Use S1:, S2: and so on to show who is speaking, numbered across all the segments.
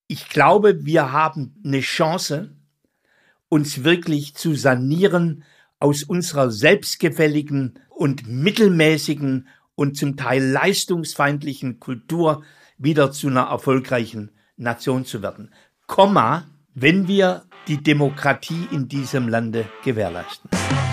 S1: Ich glaube, wir haben eine Chance, uns wirklich zu sanieren aus unserer selbstgefälligen und mittelmäßigen und zum Teil leistungsfeindlichen Kultur wieder zu einer erfolgreichen Nation zu werden. Wenn wir die Demokratie in diesem Lande gewährleisten.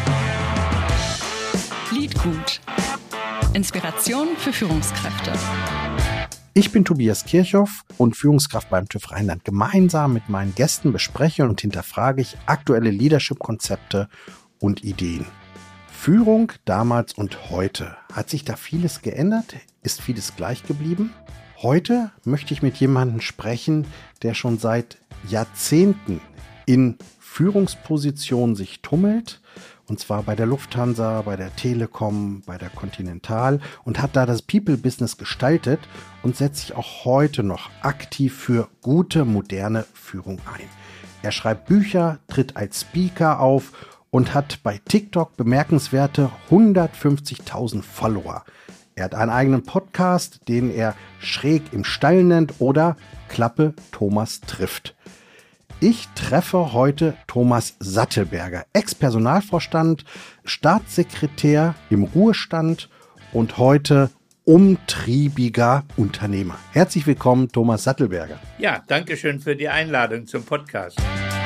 S2: Liedgut. Inspiration für Führungskräfte.
S3: Ich bin Tobias Kirchhoff und Führungskraft beim TÜV Rheinland. Gemeinsam mit meinen Gästen bespreche und hinterfrage ich aktuelle Leadership-Konzepte und Ideen. Führung damals und heute. Hat sich da vieles geändert? Ist vieles gleich geblieben? Heute möchte ich mit jemandem sprechen, der schon seit Jahrzehnten in Führungspositionen sich tummelt. Und zwar bei der Lufthansa, bei der Telekom, bei der Continental und hat da das People-Business gestaltet und setzt sich auch heute noch aktiv für gute, moderne Führung ein. Er schreibt Bücher, tritt als Speaker auf und hat bei TikTok bemerkenswerte 150.000 Follower. Er hat einen eigenen Podcast, den er schräg im Stall nennt oder Klappe Thomas trifft. Ich treffe heute Thomas Sattelberger, Ex-Personalvorstand, Staatssekretär im Ruhestand und heute umtriebiger Unternehmer. Herzlich willkommen, Thomas Sattelberger.
S1: Ja, danke schön für die Einladung zum Podcast.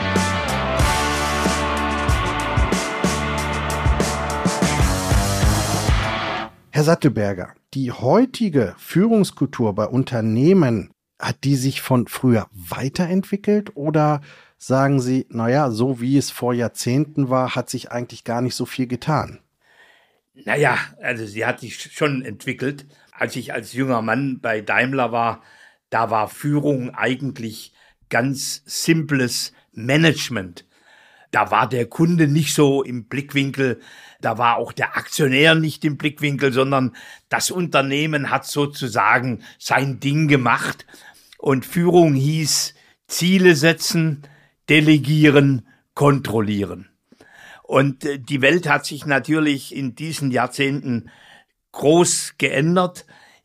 S3: Herr Sattelberger, die heutige Führungskultur bei Unternehmen, hat die sich von früher weiterentwickelt oder sagen Sie, naja, so wie es vor Jahrzehnten war, hat sich eigentlich gar nicht so viel getan?
S1: Naja, also sie hat sich schon entwickelt. Als ich als junger Mann bei Daimler war, da war Führung eigentlich ganz simples Management. Da war der Kunde nicht so im Blickwinkel, da war auch der Aktionär nicht im Blickwinkel, sondern das Unternehmen hat sozusagen sein Ding gemacht. Und Führung hieß Ziele setzen, delegieren, kontrollieren. Und die Welt hat sich natürlich in diesen Jahrzehnten groß geändert.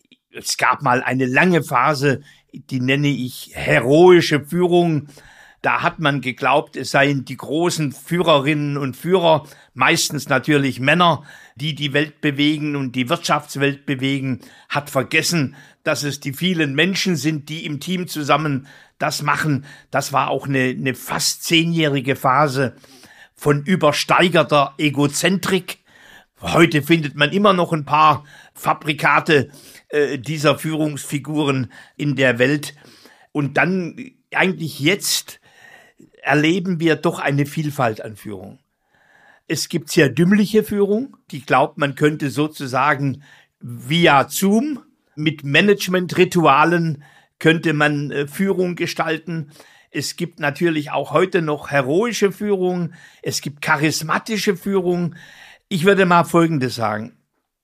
S1: Es gab mal eine lange Phase, die nenne ich heroische Führung. Da hat man geglaubt, es seien die großen Führerinnen und Führer, meistens natürlich Männer, die die Welt bewegen und die Wirtschaftswelt bewegen, hat vergessen, dass es die vielen Menschen sind, die im Team zusammen das machen. Das war auch eine fast 10-jährige Phase von übersteigerter Egozentrik. Heute findet man immer noch ein paar Fabrikate dieser Führungsfiguren in der Welt. Und dann eigentlich jetzt erleben wir doch eine Vielfalt an Führung. Es gibt sehr dümmliche Führung, die glaubt, man könnte sozusagen via Zoom mit Management-Ritualen könnte man Führung gestalten. Es gibt natürlich auch heute noch heroische Führung. Es gibt charismatische Führung. Ich würde mal Folgendes sagen.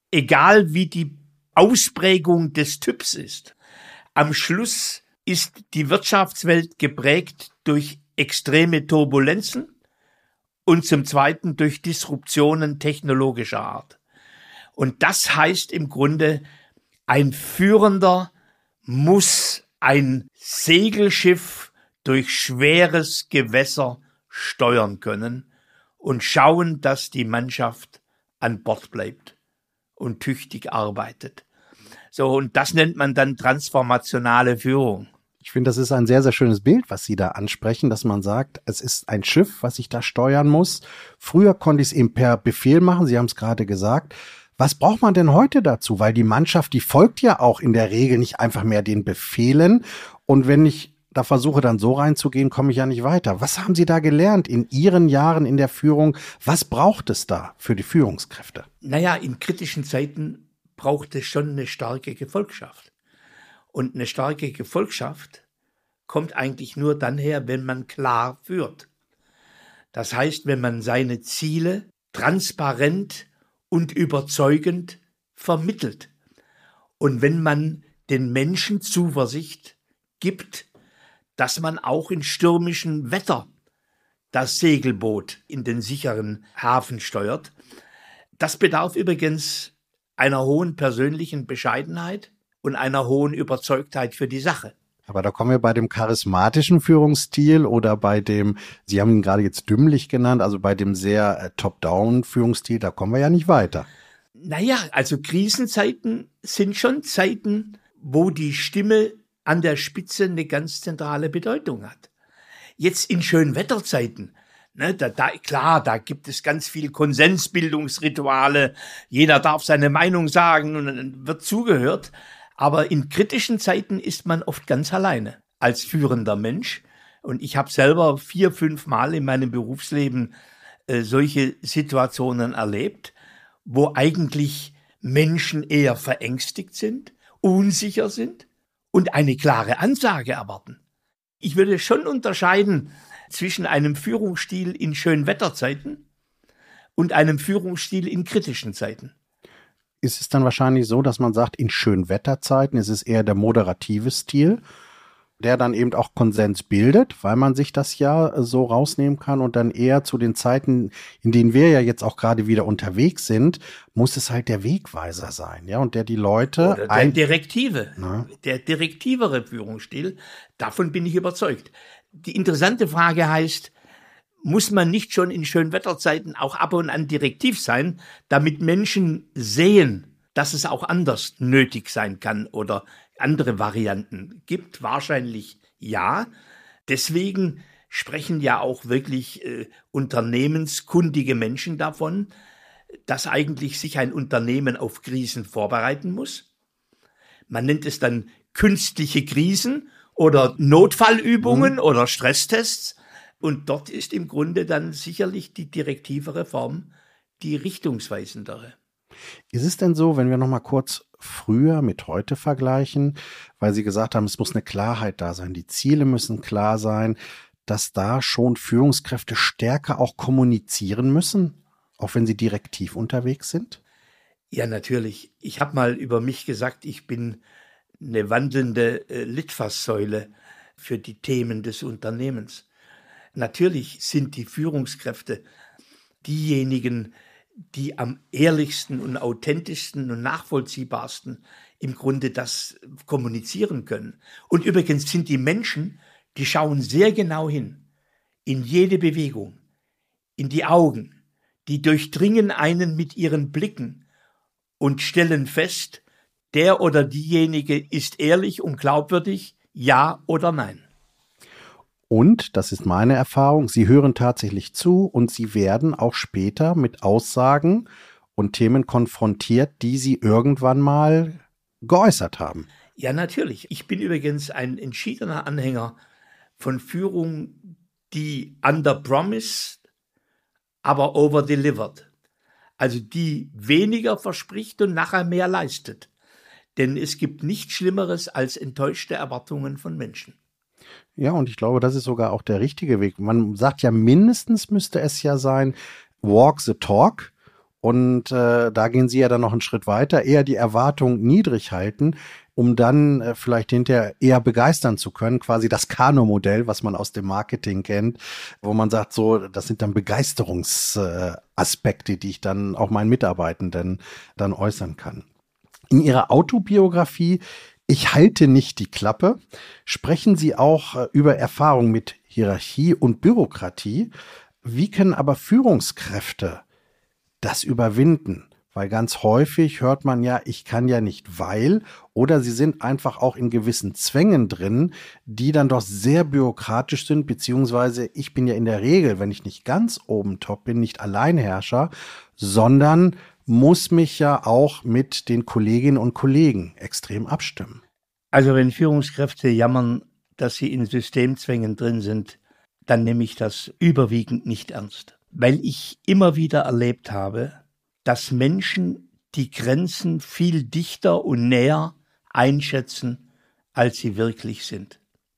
S1: Egal wie die Ausprägung des Typs ist, am Schluss ist die Wirtschaftswelt geprägt durch extreme Turbulenzen und zum Zweiten durch Disruptionen technologischer Art. Und das heißt im Grunde, ein Führender muss ein Segelschiff durch schweres Gewässer steuern können und schauen, dass die Mannschaft an Bord bleibt und tüchtig arbeitet. So, und das nennt man dann transformationale Führung.
S3: Ich finde, das ist ein sehr, sehr schönes Bild, was Sie da ansprechen, dass man sagt, es ist ein Schiff, was ich da steuern muss. Früher konnte ich es eben per Befehl machen, Sie haben es gerade gesagt. Was braucht man denn heute dazu? Weil die Mannschaft, die folgt ja auch in der Regel nicht einfach mehr den Befehlen. Und wenn ich da versuche, dann so reinzugehen, komme ich ja nicht weiter. Was haben Sie da gelernt in Ihren Jahren in der Führung? Was braucht es da für die Führungskräfte?
S1: Naja, in kritischen Zeiten braucht es schon eine starke Gefolgschaft. Und eine starke Gefolgschaft kommt eigentlich nur dann her, wenn man klar führt. Das heißt, wenn man seine Ziele transparent und überzeugend vermittelt. Und wenn man den Menschen Zuversicht gibt, dass man auch in stürmischem Wetter das Segelboot in den sicheren Hafen steuert. Das bedarf übrigens einer hohen persönlichen Bescheidenheit und einer hohen Überzeugtheit für die Sache.
S3: Aber da kommen wir bei dem charismatischen Führungsstil oder bei dem, Sie haben ihn gerade jetzt dümmlich genannt, also bei dem sehr Top-Down-Führungsstil, da kommen wir ja nicht weiter.
S1: Naja, also Krisenzeiten sind schon Zeiten, wo die Stimme an der Spitze eine ganz zentrale Bedeutung hat. Jetzt in Schönwetterzeiten, ne, da gibt es ganz viel Konsensbildungsrituale, jeder darf seine Meinung sagen und dann wird zugehört. Aber in kritischen Zeiten ist man oft ganz alleine als führender Mensch. Und ich habe selber 4-5 Mal in meinem Berufsleben solche Situationen erlebt, wo eigentlich Menschen eher verängstigt sind, unsicher sind und eine klare Ansage erwarten. Ich würde schon unterscheiden zwischen einem Führungsstil in Schönwetterzeiten und einem Führungsstil in kritischen Zeiten.
S3: Ist es dann wahrscheinlich so, dass man sagt, in Schönwetterzeiten ist es eher der moderative Stil, der dann eben auch Konsens bildet, weil man sich das ja so rausnehmen kann und dann eher zu den Zeiten, in denen wir ja jetzt auch gerade wieder unterwegs sind, muss es halt der Wegweiser sein, ja, und der die Leute...
S1: Oder der Direktive, der direktivere Führungsstil, davon bin ich überzeugt. Die interessante Frage heißt, muss man nicht schon in Schönwetterzeiten auch ab und an direktiv sein, damit Menschen sehen, dass es auch anders nötig sein kann oder andere Varianten gibt? Wahrscheinlich ja. Deswegen sprechen ja auch wirklich unternehmenskundige Menschen davon, dass eigentlich sich ein Unternehmen auf Krisen vorbereiten muss. Man nennt es dann künstliche Krisen oder Notfallübungen oder Stresstests. Und dort ist im Grunde dann sicherlich die direktivere Form die richtungsweisendere.
S3: Ist es denn so, wenn wir noch mal kurz früher mit heute vergleichen, weil Sie gesagt haben, es muss eine Klarheit da sein, die Ziele müssen klar sein, dass da schon Führungskräfte stärker auch kommunizieren müssen, auch wenn sie direktiv unterwegs sind?
S1: Ja, natürlich. Ich habe mal über mich gesagt, ich bin eine wandelnde Litfaßsäule für die Themen des Unternehmens. Natürlich sind die Führungskräfte diejenigen, die am ehrlichsten und authentischsten und nachvollziehbarsten im Grunde das kommunizieren können. Und übrigens sind die Menschen, die schauen sehr genau hin, in jede Bewegung, in die Augen, die durchdringen einen mit ihren Blicken und stellen fest, der oder diejenige ist ehrlich und glaubwürdig, ja oder nein.
S3: Und, das ist meine Erfahrung, sie hören tatsächlich zu und sie werden auch später mit Aussagen und Themen konfrontiert, die sie irgendwann mal geäußert haben.
S1: Ja, natürlich. Ich bin übrigens ein entschiedener Anhänger von Führung, die underpromised, aber overdelivered. Also die weniger verspricht und nachher mehr leistet. Denn es gibt nichts Schlimmeres als enttäuschte Erwartungen von Menschen.
S3: Ja, und ich glaube, das ist sogar auch der richtige Weg. Man sagt ja, mindestens müsste es ja sein, walk the talk. Und da gehen Sie ja dann noch einen Schritt weiter, eher die Erwartung niedrig halten, um dann vielleicht hinterher eher begeistern zu können. Quasi das Kano-Modell, was man aus dem Marketing kennt, wo man sagt, so, das sind dann Begeisterungsaspekte, die ich dann auch meinen Mitarbeitenden dann äußern kann. In Ihrer Autobiografie Ich halte nicht die Klappe sprechen Sie auch über Erfahrung mit Hierarchie und Bürokratie. Wie können aber Führungskräfte das überwinden? Weil ganz häufig hört man ja, ich kann ja nicht, weil, oder sie sind einfach auch in gewissen Zwängen drin, die dann doch sehr bürokratisch sind, beziehungsweise ich bin ja in der Regel, wenn ich nicht ganz oben top bin, nicht Alleinherrscher, sondern muss mich ja auch mit den Kolleginnen und Kollegen extrem abstimmen.
S1: Also wenn Führungskräfte jammern, dass sie in Systemzwängen drin sind, dann nehme ich das überwiegend nicht ernst. Weil ich immer wieder erlebt habe, dass Menschen die Grenzen viel dichter und näher einschätzen, als sie wirklich sind.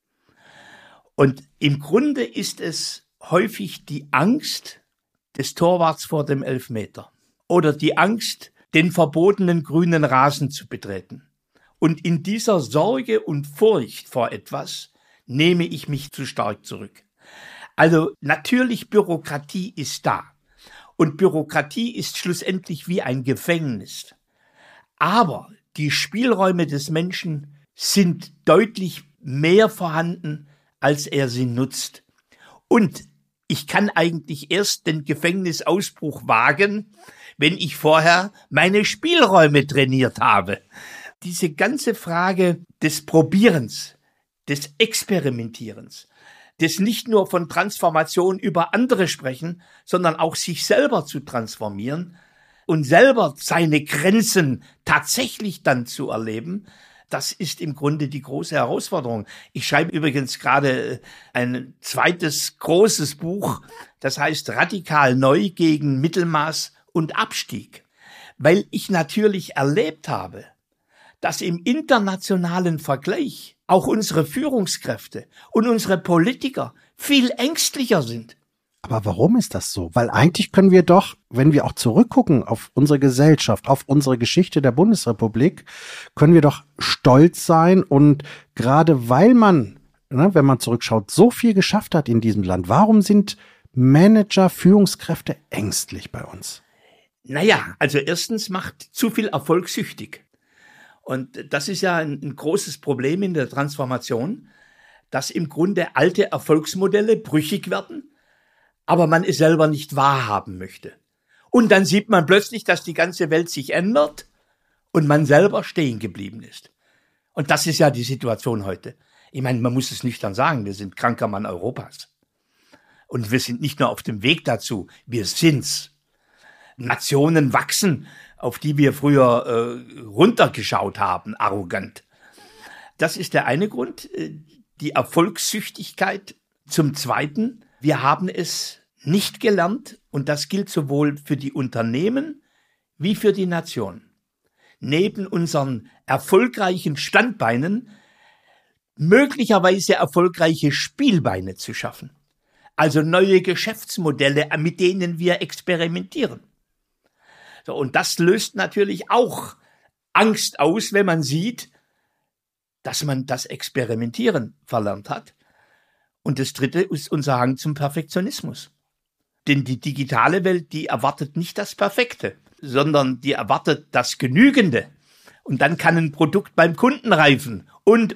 S1: Und im Grunde ist es häufig die Angst des Torwarts vor dem Elfmeter oder die Angst, den verbotenen grünen Rasen zu betreten. Und in dieser Sorge und Furcht vor etwas nehme ich mich zu stark zurück. Also natürlich, Bürokratie ist da. Und Bürokratie ist schlussendlich wie ein Gefängnis. Aber die Spielräume des Menschen sind deutlich mehr vorhanden, als er sie nutzt. Und ich kann eigentlich erst den Gefängnisausbruch wagen, wenn ich vorher meine Spielräume trainiert habe. Diese ganze Frage des Probierens, des Experimentierens, des nicht nur von Transformation über andere sprechen, sondern auch sich selber zu transformieren und selber seine Grenzen tatsächlich dann zu erleben, das ist im Grunde die große Herausforderung. Ich schreibe übrigens gerade ein zweites großes Buch, das heißt Radikal neu gegen Mittelmaß und Abstieg, weil ich natürlich erlebt habe, dass im internationalen Vergleich auch unsere Führungskräfte und unsere Politiker viel ängstlicher sind.
S3: Aber warum ist das so? Weil eigentlich können wir doch, wenn wir auch zurückgucken auf unsere Gesellschaft, auf unsere Geschichte der Bundesrepublik, können wir doch stolz sein. Und gerade weil man, wenn man zurückschaut, so viel geschafft hat in diesem Land, warum sind Manager, Führungskräfte ängstlich bei uns?
S1: Naja, also erstens macht zu viel Erfolg süchtig. Und das ist ja ein großes Problem in der Transformation, dass im Grunde alte Erfolgsmodelle brüchig werden, aber man es selber nicht wahrhaben möchte. Und dann sieht man plötzlich, dass die ganze Welt sich ändert und man selber stehen geblieben ist. Und das ist ja die Situation heute. Ich meine, man muss es nüchtern sagen, wir sind kranker Mann Europas. Und wir sind nicht nur auf dem Weg dazu, wir sind's. Nationen wachsen, auf die wir früher runtergeschaut haben, arrogant. Das ist der eine Grund, die Erfolgssüchtigkeit. Zum Zweiten, wir haben es nicht gelernt, und das gilt sowohl für die Unternehmen wie für die Nation, neben unseren erfolgreichen Standbeinen möglicherweise erfolgreiche Spielbeine zu schaffen. Also neue Geschäftsmodelle, mit denen wir experimentieren. So, und das löst natürlich auch Angst aus, wenn man sieht, dass man das Experimentieren verlernt hat. Und das Dritte ist unser Hang zum Perfektionismus. Denn die digitale Welt, die erwartet nicht das Perfekte, sondern die erwartet das Genügende. Und dann kann ein Produkt beim Kunden reifen und.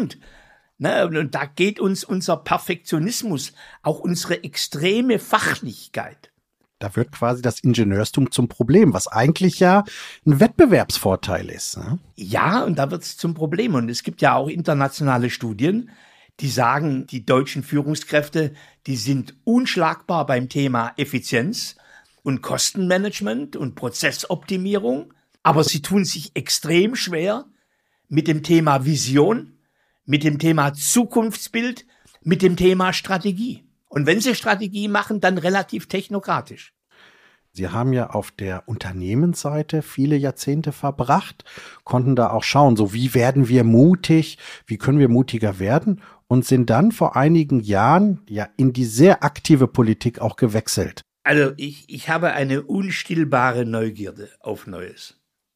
S1: Ne, und da geht uns unser Perfektionismus, auch unsere extreme Fachlichkeit.
S3: Da wird quasi das Ingenieurstum zum Problem, was eigentlich ja ein Wettbewerbsvorteil ist. Ne?
S1: Ja, und da wird es zum Problem. Und es gibt ja auch internationale Studien, die sagen, die deutschen Führungskräfte, die sind unschlagbar beim Thema Effizienz und Kostenmanagement und Prozessoptimierung. Aber sie tun sich extrem schwer mit dem Thema Vision, mit dem Thema Zukunftsbild, mit dem Thema Strategie. Und wenn sie Strategie machen, dann relativ technokratisch.
S3: Sie haben ja auf der Unternehmensseite viele Jahrzehnte verbracht, konnten da auch schauen, so wie werden wir mutig, wie können wir mutiger werden und sind dann vor einigen Jahren ja in die sehr aktive Politik auch gewechselt.
S1: Also ich habe eine unstillbare Neugierde auf Neues.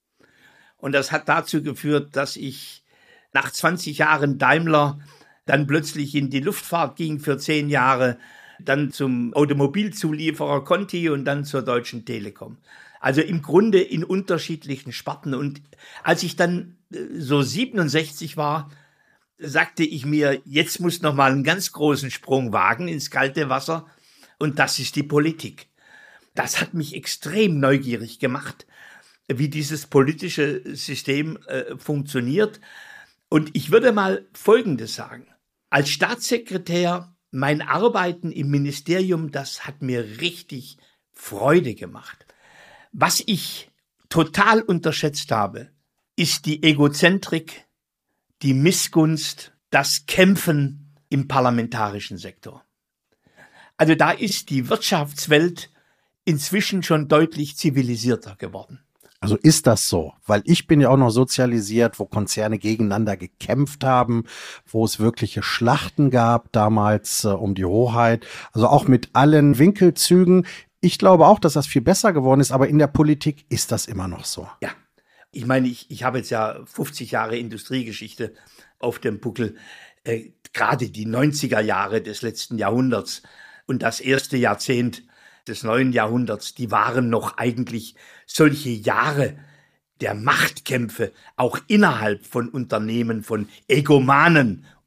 S1: Und das hat dazu geführt, dass ich nach 20 Jahren Daimler dann plötzlich in die Luftfahrt ging für 10 Jahre, dann zum Automobilzulieferer Conti und dann zur Deutschen Telekom. Also im Grunde in unterschiedlichen Sparten. Und als ich dann so 67 war, sagte ich mir, jetzt muss noch mal einen ganz großen Sprung wagen ins kalte Wasser. Und das ist die Politik. Das hat mich extrem neugierig gemacht, wie dieses politische System funktioniert. Und ich würde mal Folgendes sagen. Als Staatssekretär, mein Arbeiten im Ministerium, das hat mir richtig Freude gemacht. Was ich total unterschätzt habe, ist die Egozentrik, die Missgunst, das Kämpfen im parlamentarischen Sektor. Also da ist die Wirtschaftswelt inzwischen schon deutlich zivilisierter geworden.
S3: Also ist das so? Weil ich bin ja auch noch sozialisiert, wo Konzerne gegeneinander gekämpft haben, wo es wirkliche Schlachten gab damals um die Hoheit, also auch mit allen Winkelzügen. Ich glaube auch, dass das viel besser geworden ist, aber in der Politik ist das immer noch so.
S1: Ja, ich meine, ich habe jetzt ja 50 Jahre Industriegeschichte auf dem Buckel, gerade die 90er Jahre des letzten Jahrhunderts und das erste Jahrzehnt des neuen Jahrhunderts, die waren noch eigentlich solche Jahre der Machtkämpfe, auch innerhalb von Unternehmen, von Egomanen,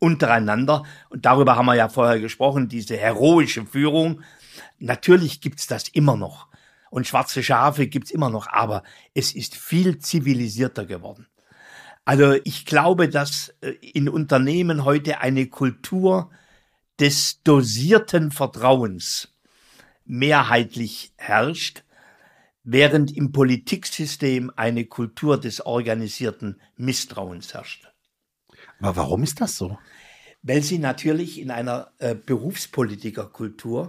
S1: untereinander. Und darüber haben wir ja vorher gesprochen, diese heroische Führung. Natürlich gibt's das immer noch. Und schwarze Schafe gibt's immer noch. Aber es ist viel zivilisierter geworden. Also ich glaube, dass in Unternehmen heute eine Kultur des dosierten Vertrauens mehrheitlich herrscht, während im Politiksystem eine Kultur des organisierten Misstrauens herrscht.
S3: Aber warum ist das so?
S1: Weil sie natürlich in einer Berufspolitikerkultur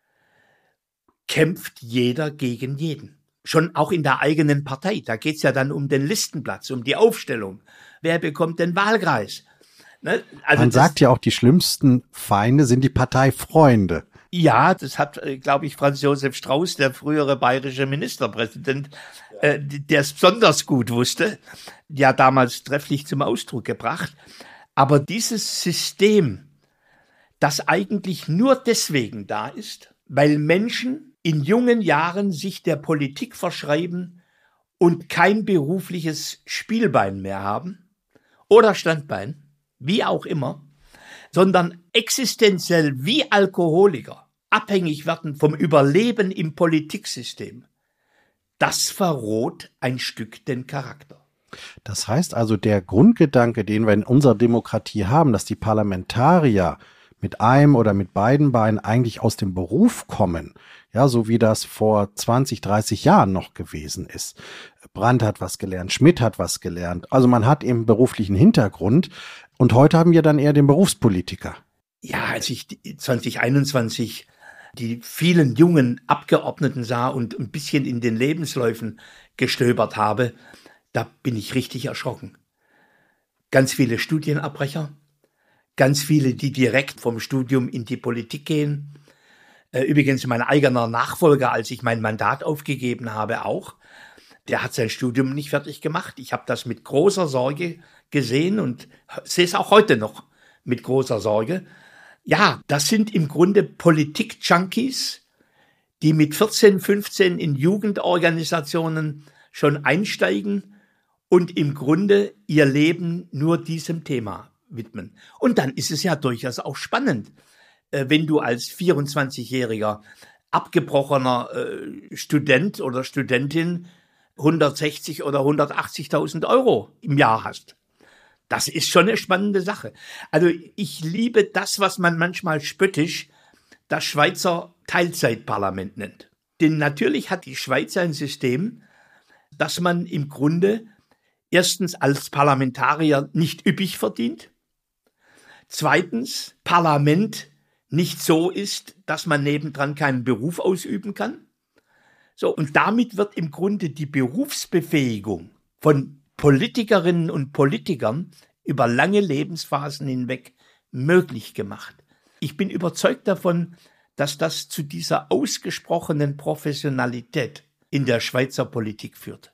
S1: kämpft jeder gegen jeden. Schon auch in der eigenen Partei. Da geht's ja dann um den Listenplatz, um die Aufstellung. Wer bekommt den Wahlkreis? Ne? Also
S3: man sagt ja auch, die schlimmsten Feinde sind die Parteifreunde.
S1: Ja, das hat, glaube ich, Franz Josef Strauß, der frühere bayerische Ministerpräsident, der es besonders gut wusste, ja damals trefflich zum Ausdruck gebracht. Aber dieses System, das eigentlich nur deswegen da ist, weil Menschen in jungen Jahren sich der Politik verschreiben und kein berufliches Spielbein mehr haben oder Standbein, wie auch immer, sondern existenziell wie Alkoholiker abhängig werden vom Überleben im Politiksystem. Das verroht ein Stück den Charakter.
S3: Das heißt also, der Grundgedanke, den wir in unserer Demokratie haben, dass die Parlamentarier mit einem oder mit beiden Beinen eigentlich aus dem Beruf kommen, ja, so wie das vor 20, 30 Jahren noch gewesen ist. Brandt hat was gelernt, Schmidt hat was gelernt. Also man hat eben beruflichen Hintergrund und heute haben wir dann eher den Berufspolitiker.
S1: Ja, als ich 2021 die vielen jungen Abgeordneten sah und ein bisschen in den Lebensläufen gestöbert habe, da bin ich richtig erschrocken. Ganz viele Studienabbrecher, ganz viele, die direkt vom Studium in die Politik gehen. Übrigens mein eigener Nachfolger, als ich mein Mandat aufgegeben habe, auch. Der hat sein Studium nicht fertig gemacht. Ich habe das mit großer Sorge gesehen und sehe es auch heute noch mit großer Sorge. Ja, das sind im Grunde Politik-Junkies, die mit 14, 15 in Jugendorganisationen schon einsteigen und im Grunde ihr Leben nur diesem Thema widmen. Und dann ist es ja durchaus auch spannend, wenn du als 24-jähriger abgebrochener Student oder Studentin 160 oder 180.000 Euro im Jahr hast. Das ist schon eine spannende Sache. Also ich liebe das, was man manchmal spöttisch das Schweizer Teilzeitparlament nennt. Denn natürlich hat die Schweiz ein System, dass man im Grunde erstens als Parlamentarier nicht üppig verdient, zweitens Parlament nicht so ist, dass man nebendran keinen Beruf ausüben kann. So, und damit wird im Grunde die Berufsbefähigung von Politikerinnen und Politikern über lange Lebensphasen hinweg möglich gemacht. Ich bin überzeugt davon, dass das zu dieser ausgesprochenen Professionalität in der Schweizer Politik führt.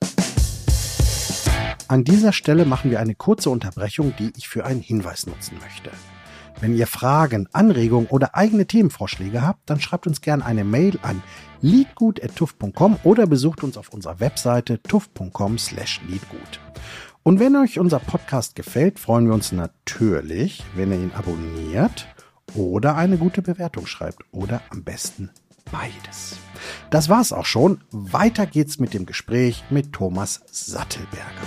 S3: An dieser Stelle machen wir eine kurze Unterbrechung, die ich für einen Hinweis nutzen möchte. Wenn ihr Fragen, Anregungen oder eigene Themenvorschläge habt, dann schreibt uns gerne eine Mail an liedgut@tuff.com oder besucht uns auf unserer Webseite tuff.com/liedgut. Und wenn euch unser Podcast gefällt, freuen wir uns natürlich, wenn ihr ihn abonniert oder eine gute Bewertung schreibt oder am besten beides. Das war's auch schon. Weiter geht's mit dem Gespräch mit Thomas Sattelberger.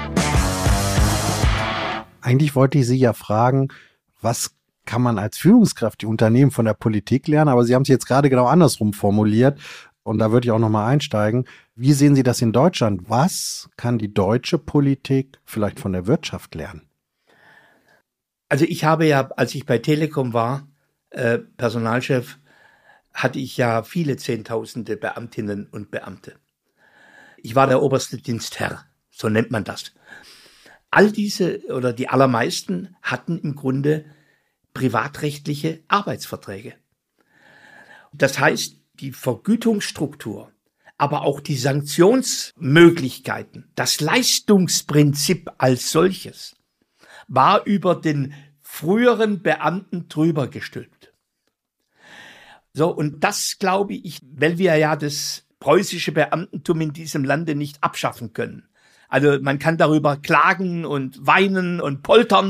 S3: Eigentlich wollte ich Sie ja fragen, was kann man als Führungskraft die Unternehmen von der Politik lernen? Aber Sie haben es jetzt gerade genau andersrum formuliert. Und da würde ich auch nochmal einsteigen. Wie sehen Sie das in Deutschland? Was kann die deutsche Politik vielleicht von der Wirtschaft lernen?
S1: Also ich habe ja, als ich bei Telekom war, Personalchef, hatte ich ja viele Zehntausende Beamtinnen und Beamte. Ich war der oberste Dienstherr, so nennt man das. All diese oder die allermeisten hatten im Grunde privatrechtliche Arbeitsverträge. Das heißt, die Vergütungsstruktur, aber auch die Sanktionsmöglichkeiten, das Leistungsprinzip als solches, war über den früheren Beamten drüber gestülpt. So, und das glaube ich, weil wir ja das preußische Beamtentum in diesem Lande nicht abschaffen können. Also man kann darüber klagen und weinen und poltern,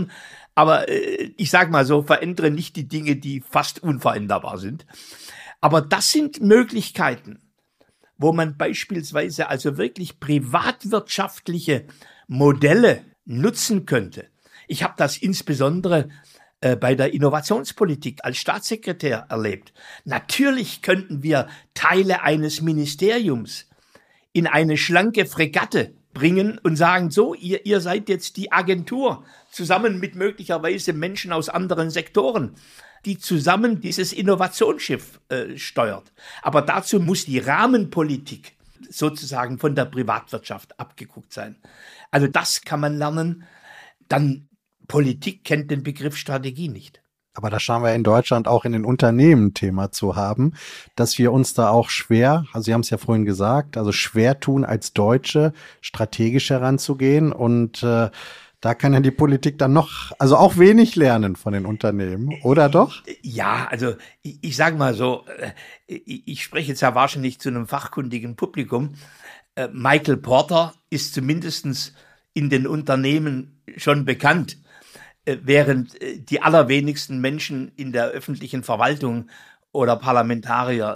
S1: Aber ich sage mal so, verändere nicht die Dinge, die fast unveränderbar sind. Aber das sind Möglichkeiten, wo man beispielsweise also wirklich privatwirtschaftliche Modelle nutzen könnte. Ich habe das insbesondere bei der Innovationspolitik als Staatssekretär erlebt. Natürlich könnten wir Teile eines Ministeriums in eine schlanke Fregatte bringen und sagen, so, ihr seid jetzt die Agentur, zusammen mit möglicherweise Menschen aus anderen Sektoren, die zusammen dieses Innovationsschiff steuert. Aber dazu muss die Rahmenpolitik sozusagen von der Privatwirtschaft abgeguckt sein. Also das kann man lernen. Dann Politik kennt den Begriff Strategie nicht.
S3: Aber da scheinen wir in Deutschland auch in den Unternehmen ein Thema zu haben, dass wir uns da auch schwer, also Sie haben es ja vorhin gesagt, also schwer tun als Deutsche, strategisch heranzugehen. Und da kann ja die Politik dann noch, also auch wenig lernen von den Unternehmen, oder doch?
S1: Ja, also ich sage mal so, ich spreche jetzt ja wahrscheinlich zu einem fachkundigen Publikum. Michael Porter ist zumindest in den Unternehmen schon bekannt, während die allerwenigsten Menschen in der öffentlichen Verwaltung oder Parlamentarier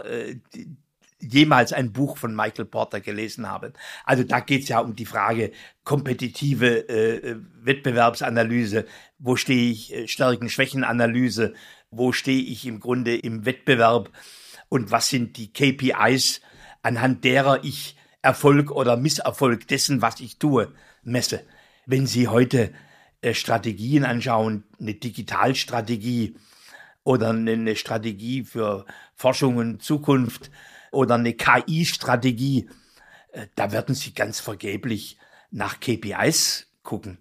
S1: jemals ein Buch von Michael Porter gelesen haben. Also da geht's ja um die Frage kompetitive Wettbewerbsanalyse, wo stehe ich, Stärken-Schwächen-Analyse, wo stehe ich im Grunde im Wettbewerb und was sind die KPIs, anhand derer ich Erfolg oder Misserfolg dessen, was ich tue, messe. Wenn Sie heute Strategien anschauen, eine Digitalstrategie oder eine Strategie für Forschung und Zukunft oder eine KI-Strategie, da werden Sie ganz vergeblich nach KPIs gucken.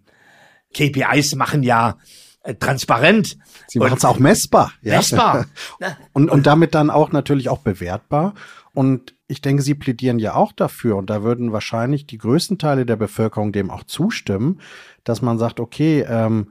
S1: KPIs machen ja transparent.
S3: Sie machen es auch messbar. Ja?
S1: Messbar.
S3: und damit dann auch natürlich auch bewertbar. Und ich denke, Sie plädieren ja auch dafür, und da würden wahrscheinlich die größten Teile der Bevölkerung dem auch zustimmen, dass man sagt, okay,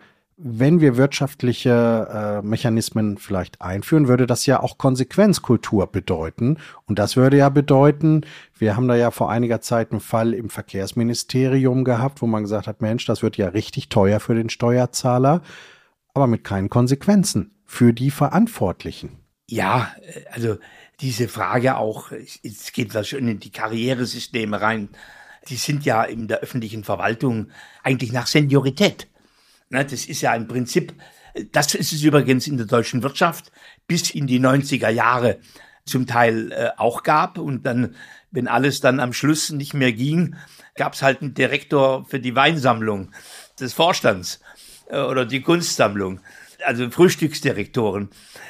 S3: wenn wir wirtschaftliche Mechanismen vielleicht einführen, würde das ja auch Konsequenzkultur bedeuten. Und das würde ja bedeuten, wir haben da ja vor einiger Zeit einen Fall im Verkehrsministerium gehabt, wo man gesagt hat, Mensch, das wird ja richtig teuer für den Steuerzahler, aber mit keinen Konsequenzen für die Verantwortlichen.
S1: Ja, also diese Frage auch, es geht was schon in die Karrieresysteme rein, die sind ja in der öffentlichen Verwaltung eigentlich nach Seniorität. Das ist ja ein Prinzip, das ist es übrigens in der deutschen Wirtschaft bis in die 90er Jahre zum Teil auch gab. Und dann, wenn alles dann am Schluss nicht mehr ging, gab es halt einen Direktor für die Weinsammlung des Vorstands oder die Kunstsammlung, also Frühstücksdirektoren.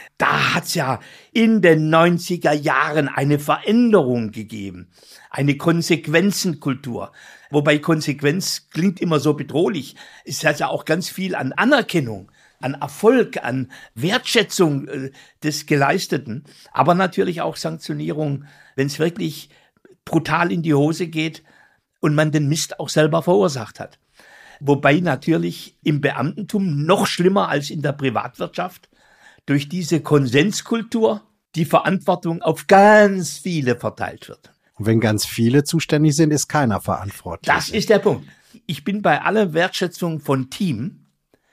S1: Da hat's ja in den 90er Jahren eine Veränderung gegeben, eine Konsequenzenkultur. Wobei Konsequenz klingt immer so bedrohlich. Es hat ja auch ganz viel an Anerkennung, an Erfolg, an Wertschätzung des Geleisteten, aber natürlich auch Sanktionierung, wenn es wirklich brutal in die Hose geht und man den Mist auch selber verursacht hat. Wobei natürlich im Beamtentum noch schlimmer als in der Privatwirtschaft durch diese Konsenskultur die Verantwortung auf ganz viele verteilt wird.
S3: Und wenn ganz viele zuständig sind, ist keiner verantwortlich.
S1: Das ist der Punkt. Ich bin bei aller Wertschätzung von Team,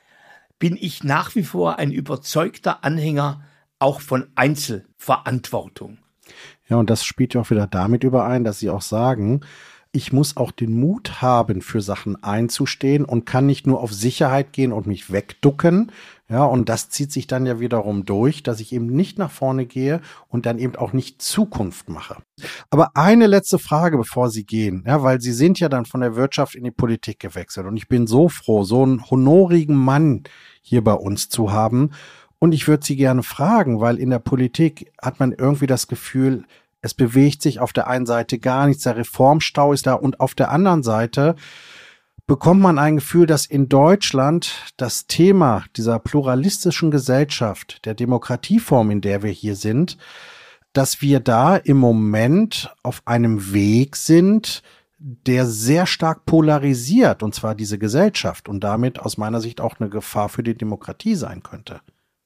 S1: bin ich nach wie vor ein überzeugter Anhänger auch von Einzelverantwortung.
S3: Ja, und das spielt ja auch wieder damit überein, dass Sie auch sagen, ich muss auch den Mut haben, für Sachen einzustehen und kann nicht nur auf Sicherheit gehen und mich wegducken. Ja, und das zieht sich dann ja wiederum durch, dass ich eben nicht nach vorne gehe und dann eben auch nicht Zukunft mache. Aber eine letzte Frage, bevor Sie gehen, ja, weil Sie sind ja dann von der Wirtschaft in die Politik gewechselt und ich bin so froh, so einen honorigen Mann hier bei uns zu haben. Und ich würde Sie gerne fragen, weil in der Politik hat man irgendwie das Gefühl, es bewegt sich auf der einen Seite gar nichts, der Reformstau ist da, und auf der anderen Seite bekommt man ein Gefühl, dass in Deutschland das Thema dieser pluralistischen Gesellschaft, der Demokratieform, in der wir hier sind, dass wir da im Moment auf einem Weg sind, der sehr stark polarisiert, und zwar diese Gesellschaft, und damit aus meiner Sicht auch eine Gefahr für die Demokratie sein könnte.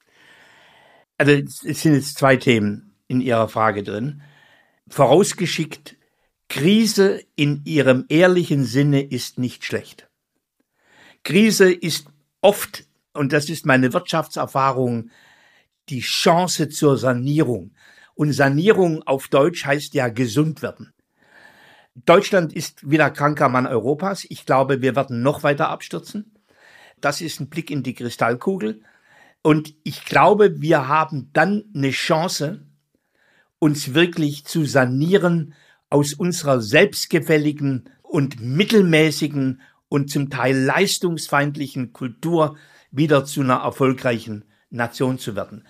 S1: Also es sind jetzt zwei Themen in Ihrer Frage drin. Vorausgeschickt, Krise in ihrem ehrlichen Sinne ist nicht schlecht. Krise ist oft und das ist meine Wirtschaftserfahrung, die Chance zur Sanierung. Und Sanierung auf Deutsch heißt ja gesund werden. Deutschland ist wieder kranker Mann Europas. Ich glaube, wir werden noch weiter abstürzen. Das ist ein Blick in die Kristallkugel. Und ich glaube, wir haben dann eine Chance, uns wirklich zu sanieren aus unserer selbstgefälligen und mittelmäßigen und zum Teil leistungsfeindlichen Kultur wieder zu einer erfolgreichen Nation zu werden.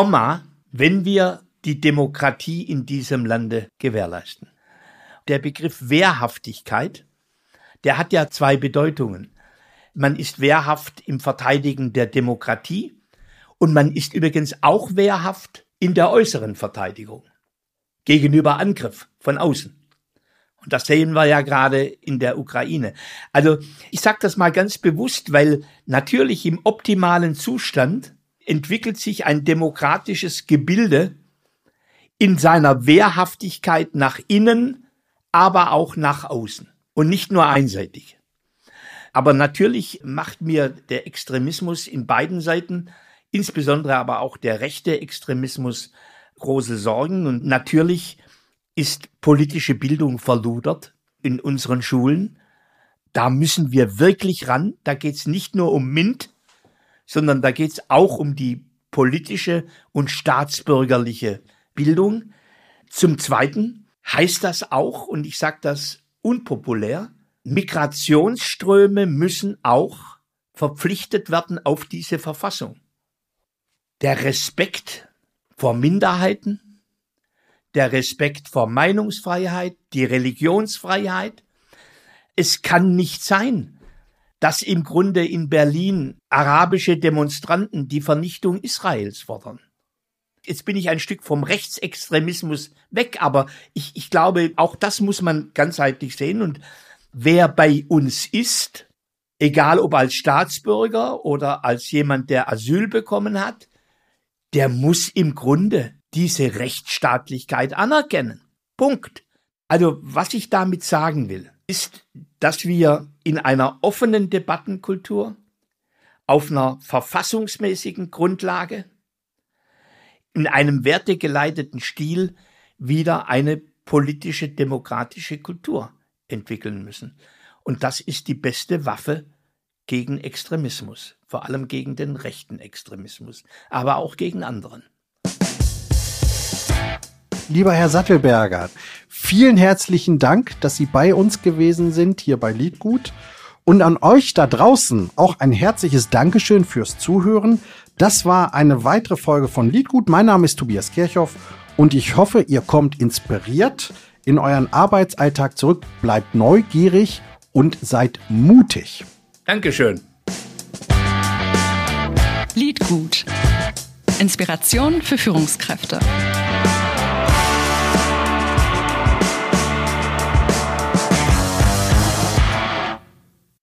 S1: Wenn wir die Demokratie in diesem Lande gewährleisten. Der Begriff Wehrhaftigkeit, der hat ja zwei Bedeutungen. Man ist wehrhaft im Verteidigen der Demokratie und man ist übrigens auch wehrhaft in der äußeren Verteidigung gegenüber Angriff von außen. Und das sehen wir ja gerade in der Ukraine. Also ich sage das mal ganz bewusst, weil natürlich im optimalen Zustand entwickelt sich ein demokratisches Gebilde in seiner Wehrhaftigkeit nach innen, aber auch nach außen und nicht nur einseitig. Aber natürlich macht mir der Extremismus in beiden Seiten, insbesondere aber auch der rechte Extremismus, große Sorgen. Und natürlich ist politische Bildung verludert in unseren Schulen. Da müssen wir wirklich ran. Da geht es nicht nur um MINT, sondern da geht es auch um die politische und staatsbürgerliche Bildung. Zum Zweiten heißt das auch, und ich sage das unpopulär, Migrationsströme müssen auch verpflichtet werden auf diese Verfassung. Der Respekt vor Minderheiten, der Respekt vor Meinungsfreiheit, die Religionsfreiheit. Es kann nicht sein, dass im Grunde in Berlin arabische Demonstranten die Vernichtung Israels fordern. Jetzt bin ich ein Stück vom Rechtsextremismus weg, aber ich glaube, auch das muss man ganzheitlich sehen. Und wer bei uns ist, egal ob als Staatsbürger oder als jemand, der Asyl bekommen hat, der muss im Grunde diese Rechtsstaatlichkeit anerkennen. Punkt. Also was ich damit sagen will, ist, dass wir in einer offenen Debattenkultur auf einer verfassungsmäßigen Grundlage in einem wertegeleiteten Stil wieder eine politische, demokratische Kultur entwickeln müssen. Und das ist die beste Waffe gegen Extremismus, vor allem gegen den rechten Extremismus, aber auch gegen anderen.
S3: Lieber Herr Sattelberger, vielen herzlichen Dank, dass Sie bei uns gewesen sind, hier bei Liedgut. Und an euch da draußen auch ein herzliches Dankeschön fürs Zuhören. Das war eine weitere Folge von Liedgut. Mein Name ist Tobias Kirchhoff und ich hoffe, ihr kommt inspiriert in euren Arbeitsalltag zurück, bleibt neugierig und seid mutig.
S1: Dankeschön.
S2: Liedgut. Inspiration für Führungskräfte.